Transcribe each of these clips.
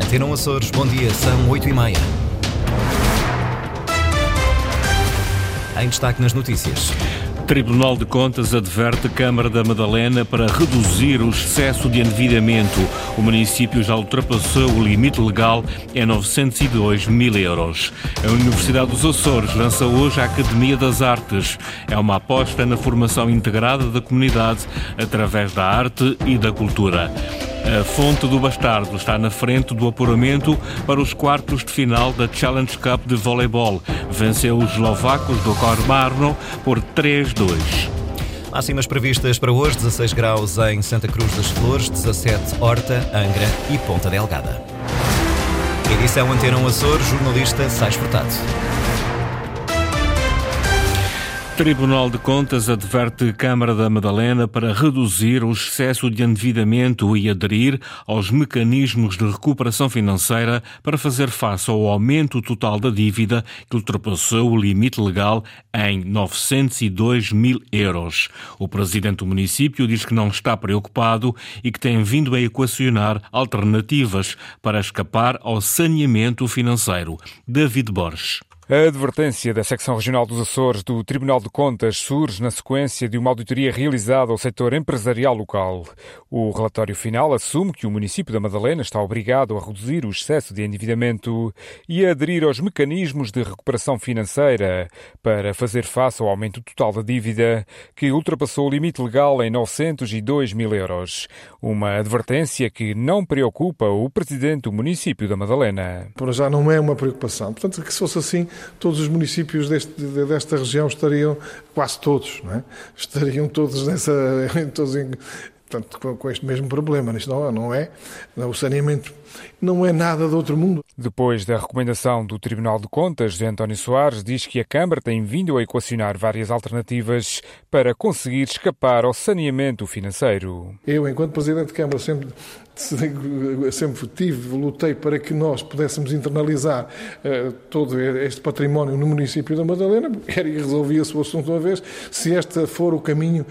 Antena 1 Açores, bom dia, são 8h30. Em destaque nas notícias. Tribunal de Contas adverte Câmara da Madalena para reduzir o excesso de endividamento. O município já ultrapassou o limite legal em 902 mil euros. A Universidade dos Açores lança hoje a Academia das Artes. É uma aposta na formação integrada da comunidade através da arte e da cultura. A Fonte do Bastardo está na frente do apuramento para os quartos de final da Challenge Cup de voleibol. Venceu os eslovacos do Kormarno por 3-2. Máximas previstas para hoje: 16 graus em Santa Cruz das Flores, 17 Horta, Angra e Ponta Delgada. Edição Antena 1 Açores, jornalista Sais Furtado. Tribunal de Contas adverte Câmara da Madalena para reduzir o excesso de endividamento e aderir aos mecanismos de recuperação financeira para fazer face ao aumento total da dívida que ultrapassou o limite legal em 902 mil euros. O presidente do município diz que não está preocupado e que tem vindo a equacionar alternativas para escapar ao saneamento financeiro. David Borges. A advertência da Secção Regional dos Açores do Tribunal de Contas surge na sequência de uma auditoria realizada ao setor empresarial local. O relatório final assume que o município da Madalena está obrigado a reduzir o excesso de endividamento e a aderir aos mecanismos de recuperação financeira para fazer face ao aumento total da dívida, que ultrapassou o limite legal em 902 mil euros. Uma advertência que não preocupa o presidente do município da Madalena. Para já não é uma preocupação. Portanto, que se fosse assim, todos os municípios desta região estariam, quase todos, não é? Estariam todos portanto, com este mesmo problema. Isto não é. O saneamento não é nada de outro mundo. Depois da recomendação do Tribunal de Contas, José António Soares diz que a Câmara tem vindo a equacionar várias alternativas para conseguir escapar ao saneamento financeiro. Eu, enquanto Presidente de Câmara, lutei para que nós pudéssemos internalizar todo este património no município da Madalena, e resolvia-se o assunto uma vez. Se este for o caminho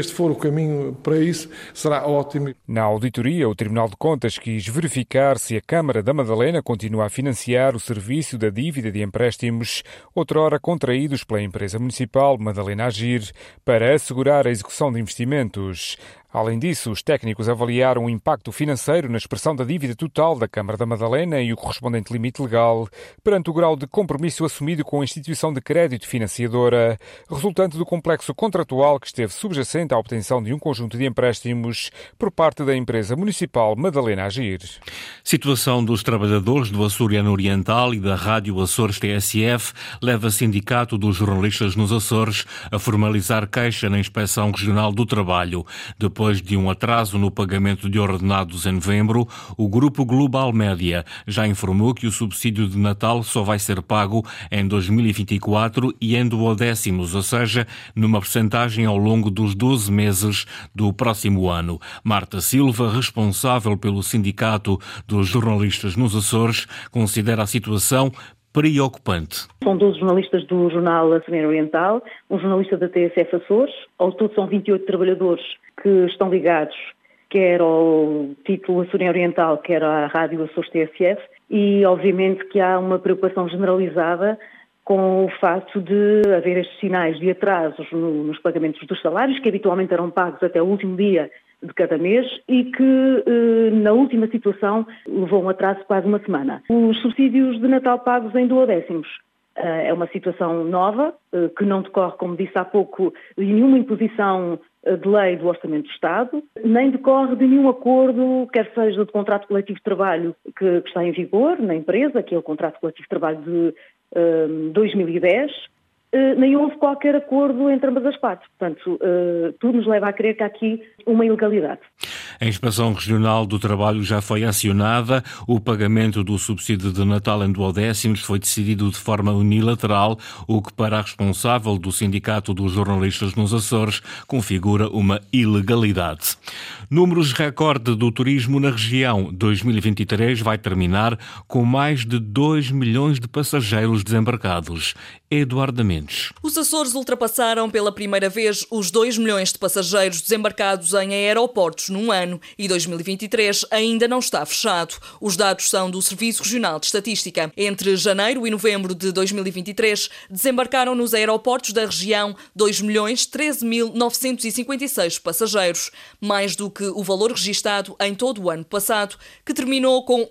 para isso, será ótimo. Na auditoria, o Tribunal de Contas quis verificar se a Câmara da Madalena continua a financiar o serviço da dívida de empréstimos, outrora contraídos pela empresa municipal Madalena Agir, para assegurar a execução de investimentos. Além disso, os técnicos avaliaram o impacto financeiro na expressão da dívida total da Câmara da Madalena e o correspondente limite legal, perante o grau de compromisso assumido com a instituição de crédito financiadora, resultante do complexo contratual que esteve subjacente à obtenção de um conjunto de empréstimos por parte da empresa municipal Madalena Agir. Situação dos trabalhadores do Açoriano Oriental e da Rádio Açores TSF leva Sindicato dos Jornalistas nos Açores a formalizar queixa na Inspeção Regional do Trabalho. Depois de um atraso no pagamento de ordenados em novembro, o Grupo Global Média já informou que o subsídio de Natal só vai ser pago em 2024 e em 12º, ou seja, numa percentagem ao longo dos 12 meses do próximo ano. Marta Silva, responsável pelo Sindicato dos Jornalistas nos Açores, considera a situação preocupante. São 12 jornalistas do jornal Açoriano Oriental, um jornalista da TSF Açores. Ao todo são 28 trabalhadores que estão ligados, quer ao título Açoriano Oriental, quer à Rádio Açores TSF, e obviamente que há uma preocupação generalizada com o facto de haver estes sinais de atrasos nos pagamentos dos salários, que habitualmente eram pagos até o último dia de cada mês e que, na última situação, levou um atraso de quase uma semana. Os subsídios de Natal pagos em 12º é uma situação nova, que não decorre, como disse há pouco, de nenhuma imposição de lei do Orçamento do Estado, nem decorre de nenhum acordo, quer seja de contrato coletivo de trabalho que está em vigor na empresa, que é o contrato coletivo de trabalho de 2010, nem houve qualquer acordo entre ambas as partes. Portanto, tudo nos leva a crer que há aqui uma ilegalidade. A Inspeção Regional do Trabalho já foi acionada. O pagamento do subsídio de Natal em 12º foi decidido de forma unilateral, o que para a responsável do Sindicato dos Jornalistas nos Açores configura uma ilegalidade. Números recorde do turismo na região. 2023 vai terminar com mais de 2 milhões de passageiros desembarcados. Eduardo Mendes. Os Açores ultrapassaram pela primeira vez os 2 milhões de passageiros desembarcados em aeroportos num ano. ano e 2023 ainda não está fechado. Os dados são do Serviço Regional de Estatística. Entre janeiro e novembro de 2023, desembarcaram nos aeroportos da região 2.013.956 passageiros, mais do que o valor registado em todo o ano passado, que terminou com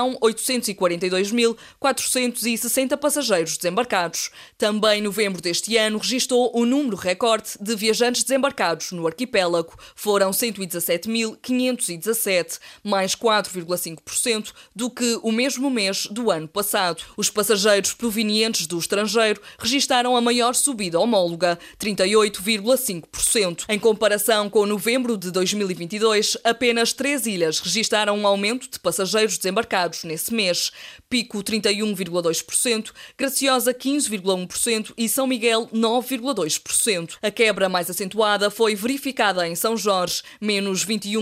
1.842.460 passageiros desembarcados. Também novembro deste ano registou o número recorde de viajantes desembarcados no arquipélago. Foram 117.517, mais 4,5% do que o mesmo mês do ano passado. Os passageiros provenientes do estrangeiro registaram a maior subida homóloga, 38,5%. Em comparação com novembro de 2022, apenas 3 ilhas registaram um aumento de passageiros desembarcados nesse mês. Pico, 31,2%, Graciosa, 15,1% e São Miguel, 9,2%. A quebra mais acentuada foi verificada em São Jorge, menos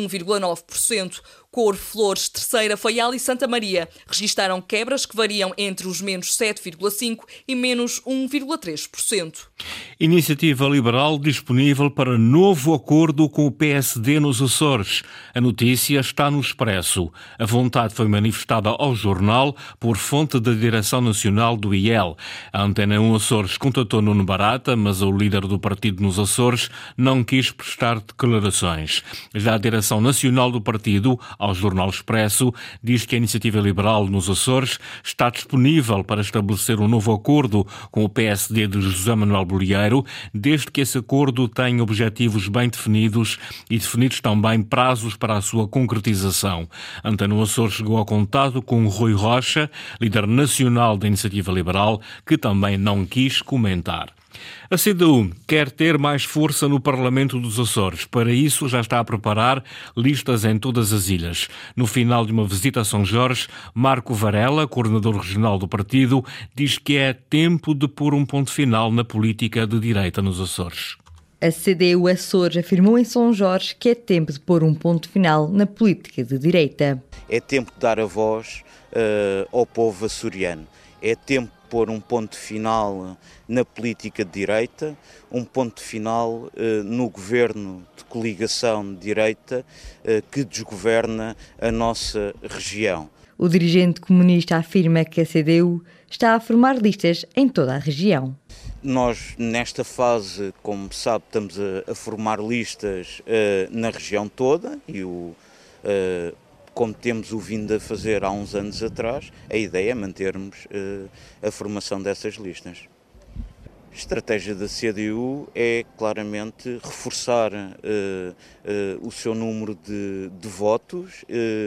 21,9%. Cor, Flores, Terceira, Faial e Santa Maria registaram quebras que variam entre os menos 7,5% e menos 1,3%. Iniciativa Liberal disponível para novo acordo com o PSD nos Açores. A notícia está no Expresso. A vontade foi manifestada ao jornal por fonte da Direção Nacional do IEL. A Antena 1 Açores contatou Nuno Barata, mas o líder do partido nos Açores não quis prestar declarações. Já a Direção Nacional do partido, ao Jornal Expresso, diz que a Iniciativa Liberal nos Açores está disponível para estabelecer um novo acordo com o PSD de José Manuel Bolieiro, desde que esse acordo tenha objetivos bem definidos e definidos também prazos para a sua concretização. Antena Açores chegou ao contato com Rui Rocha, líder nacional da Iniciativa Liberal, que também não quis comentar. A CDU quer ter mais força no Parlamento dos Açores. Para isso, já está a preparar listas em todas as ilhas. No final de uma visita a São Jorge, Marco Varela, coordenador regional do partido, diz que é tempo de pôr um ponto final na política de direita nos Açores. A CDU Açores afirmou em São Jorge que é tempo de pôr um ponto final na política de direita. É tempo de dar a voz ao povo açoriano. É tempo de pôr um ponto final na política de direita, um ponto final no governo de coligação de direita que desgoverna a nossa região. O dirigente comunista afirma que a CDU está a formar listas em toda a região. Nós, nesta fase, como sabe, estamos a formar listas na região toda e como temos o vindo a fazer há uns anos atrás, a ideia é mantermos a formação dessas listas. A estratégia da CDU é claramente reforçar o seu número de votos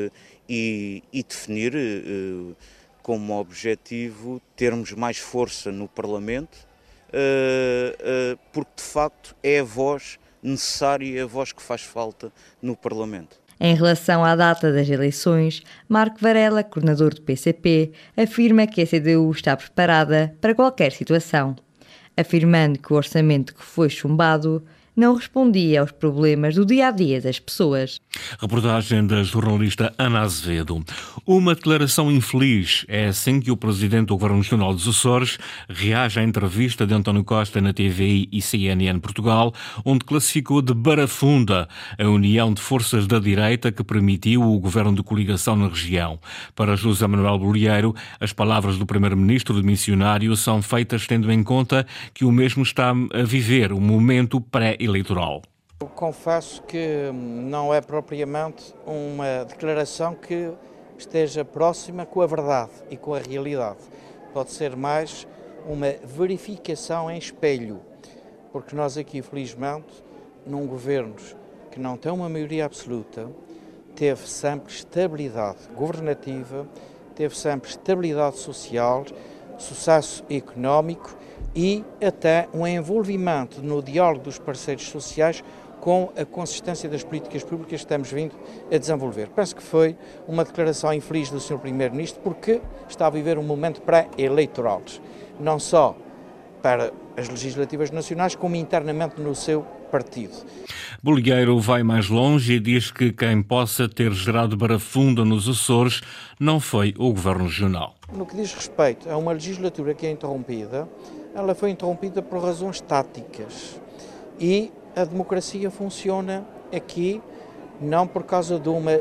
e definir como objetivo termos mais força no Parlamento, porque de facto é a voz necessária e a voz que faz falta no Parlamento. Em relação à data das eleições, Marco Varela, coordenador do PCP, afirma que a CDU está preparada para qualquer situação, afirmando que o orçamento que foi chumbado não respondia aos problemas do dia-a-dia das pessoas. Reportagem da jornalista Ana Azevedo. Uma declaração infeliz. É assim que o presidente do Governo Regional dos Açores reage à entrevista de António Costa na TVI e CNN Portugal, onde classificou de barafunda a união de forças da direita que permitiu o governo de coligação na região. Para José Manuel Bolieiro, as palavras do primeiro-ministro missionário são feitas tendo em conta que o mesmo está a viver um momento pré-eleitoral. Eu confesso que não é propriamente uma declaração que esteja próxima com a verdade e com a realidade. Pode ser mais uma verificação em espelho, porque nós aqui, felizmente, num governo que não tem uma maioria absoluta, teve sempre estabilidade governativa, teve sempre estabilidade social, sucesso económico e até um envolvimento no diálogo dos parceiros sociais com a consistência das políticas públicas que estamos vindo a desenvolver. Penso que foi uma declaração infeliz do Sr. Primeiro-Ministro porque está a viver um momento pré-eleitoral, não só para as legislativas nacionais, como internamente no seu partido. Bolieiro vai mais longe e diz que quem possa ter gerado barafunda nos Açores não foi o Governo Regional. No que diz respeito a uma legislatura que é interrompida, ela foi interrompida por razões táticas e a democracia funciona aqui não por causa de uma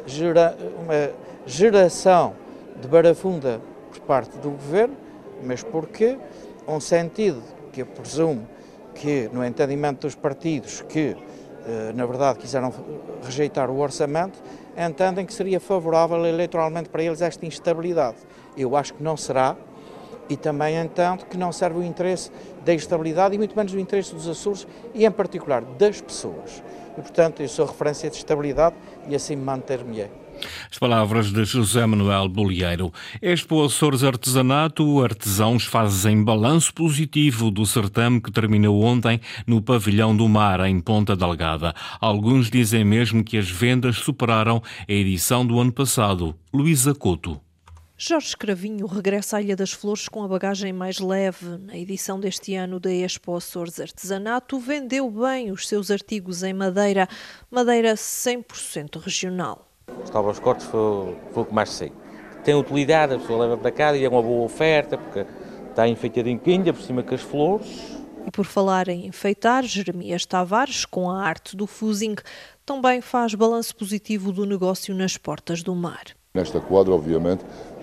geração de barafunda por parte do Governo, mas porque um sentido que eu presumo que, no entendimento dos partidos que, na verdade, quiseram rejeitar o orçamento, entendem que seria favorável eleitoralmente para eles esta instabilidade. Eu acho que não será, e também entendo que não serve o interesse da estabilidade e muito menos o interesse dos Açores e, em particular, das pessoas. E, portanto, eu sou referência de estabilidade e assim me manter-me-ei. As palavras de José Manuel Bolieiro. Expo Açores Artesanato, artesãos fazem balanço positivo do certame que terminou ontem no Pavilhão do Mar, em Ponta Delgada. Alguns dizem mesmo que as vendas superaram a edição do ano passado. Luísa Couto. Jorge Cravinho regressa à Ilha das Flores com a bagagem mais leve. Na edição deste ano da Expo Açores Artesanato, vendeu bem os seus artigos em madeira 100% regional. Os tábuas cortes foi o que mais sei. Tem utilidade, a pessoa leva para casa e é uma boa oferta, porque está enfeitadinho ainda por cima com as flores. E por falar em enfeitar, Jeremias Tavares, com a arte do fusing, também faz balanço positivo do negócio nas portas do mar. Nesta quadra, obviamente,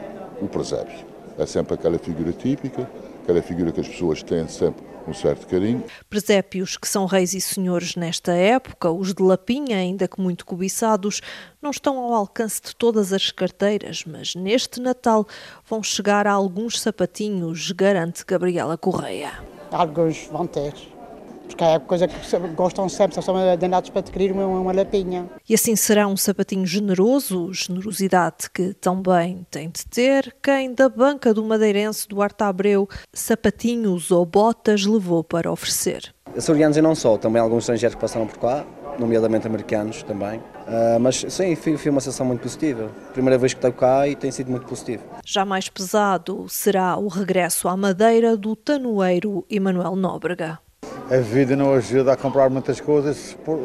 o presépio. É sempre aquela figura típica, aquela figura que as pessoas têm sempre um certo carinho. Presépios que são reis e senhores nesta época, os de lapinha, ainda que muito cobiçados, não estão ao alcance de todas as carteiras, mas neste Natal vão chegar a alguns sapatinhos, garante Gabriela Correia. Alguns vão ter, porque é coisa que gostam sempre, são danados para adquirir uma lapinha. E assim será um sapatinho generoso, generosidade que também tem de ter quem da banca do madeirense Duarte Abreu sapatinhos ou botas levou para oferecer. Açorianos e não só, também alguns estrangeiros que passaram por cá, nomeadamente americanos também. Mas sim, foi uma sensação muito positiva. Primeira vez que estou cá e tem sido muito positivo. Já mais pesado será o regresso à Madeira do tanoeiro Emanuel Nóbrega. A vida não ajuda a comprar muitas coisas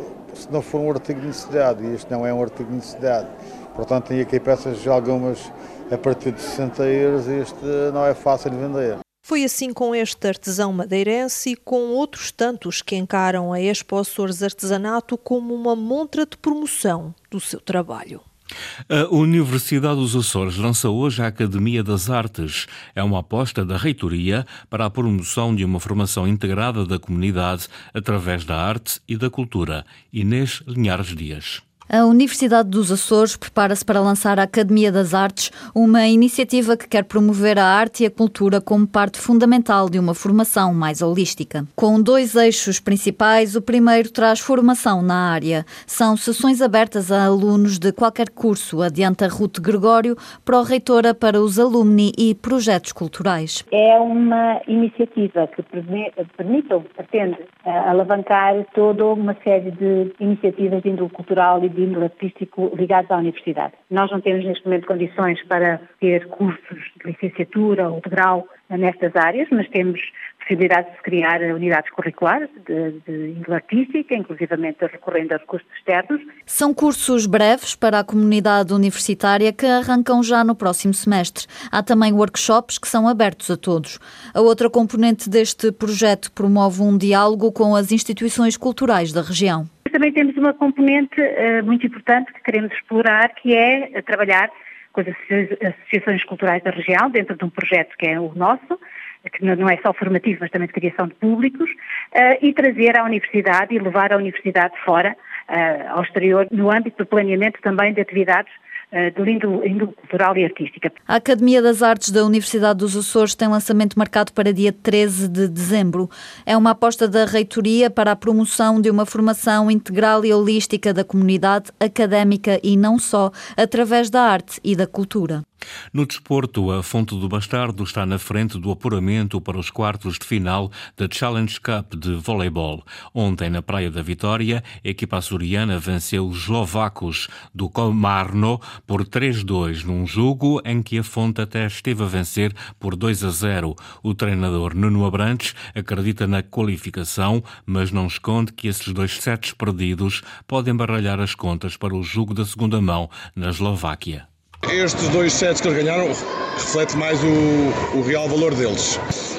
se não for um artigo de necessidade, e este não é um artigo de necessidade. Portanto, tem aqui peças algumas a partir de 60 euros e este não é fácil de vender. Foi assim com este artesão madeirense e com outros tantos que encaram a Expo Açores Artesanato como uma montra de promoção do seu trabalho. A Universidade dos Açores lança hoje a Academia das Artes. É uma aposta da reitoria para a promoção de uma formação integrada da comunidade através da arte e da cultura. Inês Linhares Dias. A Universidade dos Açores prepara-se para lançar a Academia das Artes, uma iniciativa que quer promover a arte e a cultura como parte fundamental de uma formação mais holística. Com 2 eixos principais, o primeiro traz formação na área. São sessões abertas a alunos de qualquer curso, adianta Ruth Gregório, pró-reitora para os alumni e projetos culturais. É uma iniciativa que permite ou pretende alavancar toda uma série de iniciativas de índole cultural e de índole artístico ligados à universidade. Nós não temos neste momento condições para ter cursos de licenciatura ou de grau nestas áreas, mas temos possibilidade de criar unidades curriculares de índole artística, inclusivamente recorrendo a recursos externos. São cursos breves para a comunidade universitária que arrancam já no próximo semestre. Há também workshops que são abertos a todos. A outra componente deste projeto promove um diálogo com as instituições culturais da região. Também temos uma componente muito importante que queremos explorar, que é trabalhar com as associações culturais da região, dentro de um projeto que é o nosso, que não é só formativo, mas também de criação de públicos, e trazer à universidade e levar a universidade fora, ao exterior, no âmbito do planeamento também de atividades de índole cultural e artística. A Academia das Artes da Universidade dos Açores tem lançamento marcado para dia 13 de dezembro. É uma aposta da reitoria para a promoção de uma formação integral e holística da comunidade académica e não só, através da arte e da cultura. No desporto, a Fonte do Bastardo está na frente do apuramento para os quartos de final da Challenge Cup de voleibol. Ontem, na Praia da Vitória, a equipa açoriana venceu os eslovacos do Komarno por 3-2, num jogo em que a Fonte até esteve a vencer por 2-0. O treinador Nuno Abrantes acredita na qualificação, mas não esconde que esses 2 sets perdidos podem baralhar as contas para o jogo da segunda mão na Eslováquia. Estes 2 sets que eles ganharam refletem mais o real valor deles.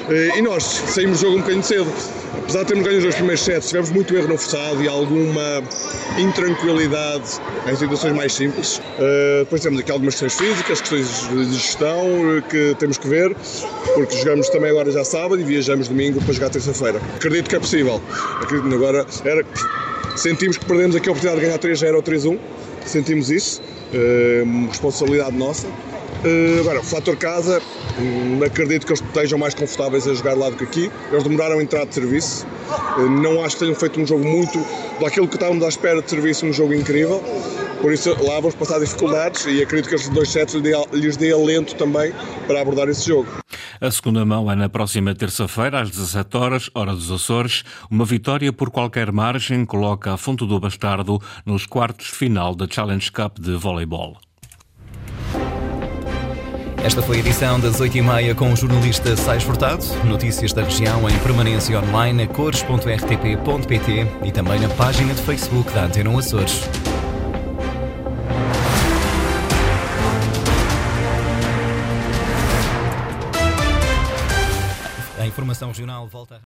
E nós saímos do jogo um bocadinho cedo. Apesar de termos ganho os 2 primeiros sets, tivemos muito erro no forçado e alguma intranquilidade em situações mais simples. Depois temos aqui algumas questões físicas, questões de gestão que temos que ver, porque jogamos também agora já sábado e viajamos domingo para jogar terça-feira. Acredito que é possível. Acredito agora. Sentimos que perdemos aqui a oportunidade de ganhar 3-0 ou 3-1. Sentimos isso. Responsabilidade nossa. Agora, o fator casa, acredito que eles estejam mais confortáveis a jogar lá do que aqui. Eles demoraram a entrar de serviço. Não acho que tenham feito um jogo muito daquilo que estávamos à espera de serviço, um jogo incrível. Por isso, lá vamos passar dificuldades e acredito que estes 2 sets lhes dê alento também para abordar esse jogo. A segunda mão é na próxima terça-feira, às 17 horas, hora dos Açores. Uma vitória por qualquer margem coloca a Fonte do Bastardo nos quartos de final da Challenge Cup de voleibol. Esta foi a edição das 8h30 com o jornalista Sais Furtado. Notícias da região em permanência online a cores.rtp.pt e também na página de Facebook da Antena Açores. A informação regional volta.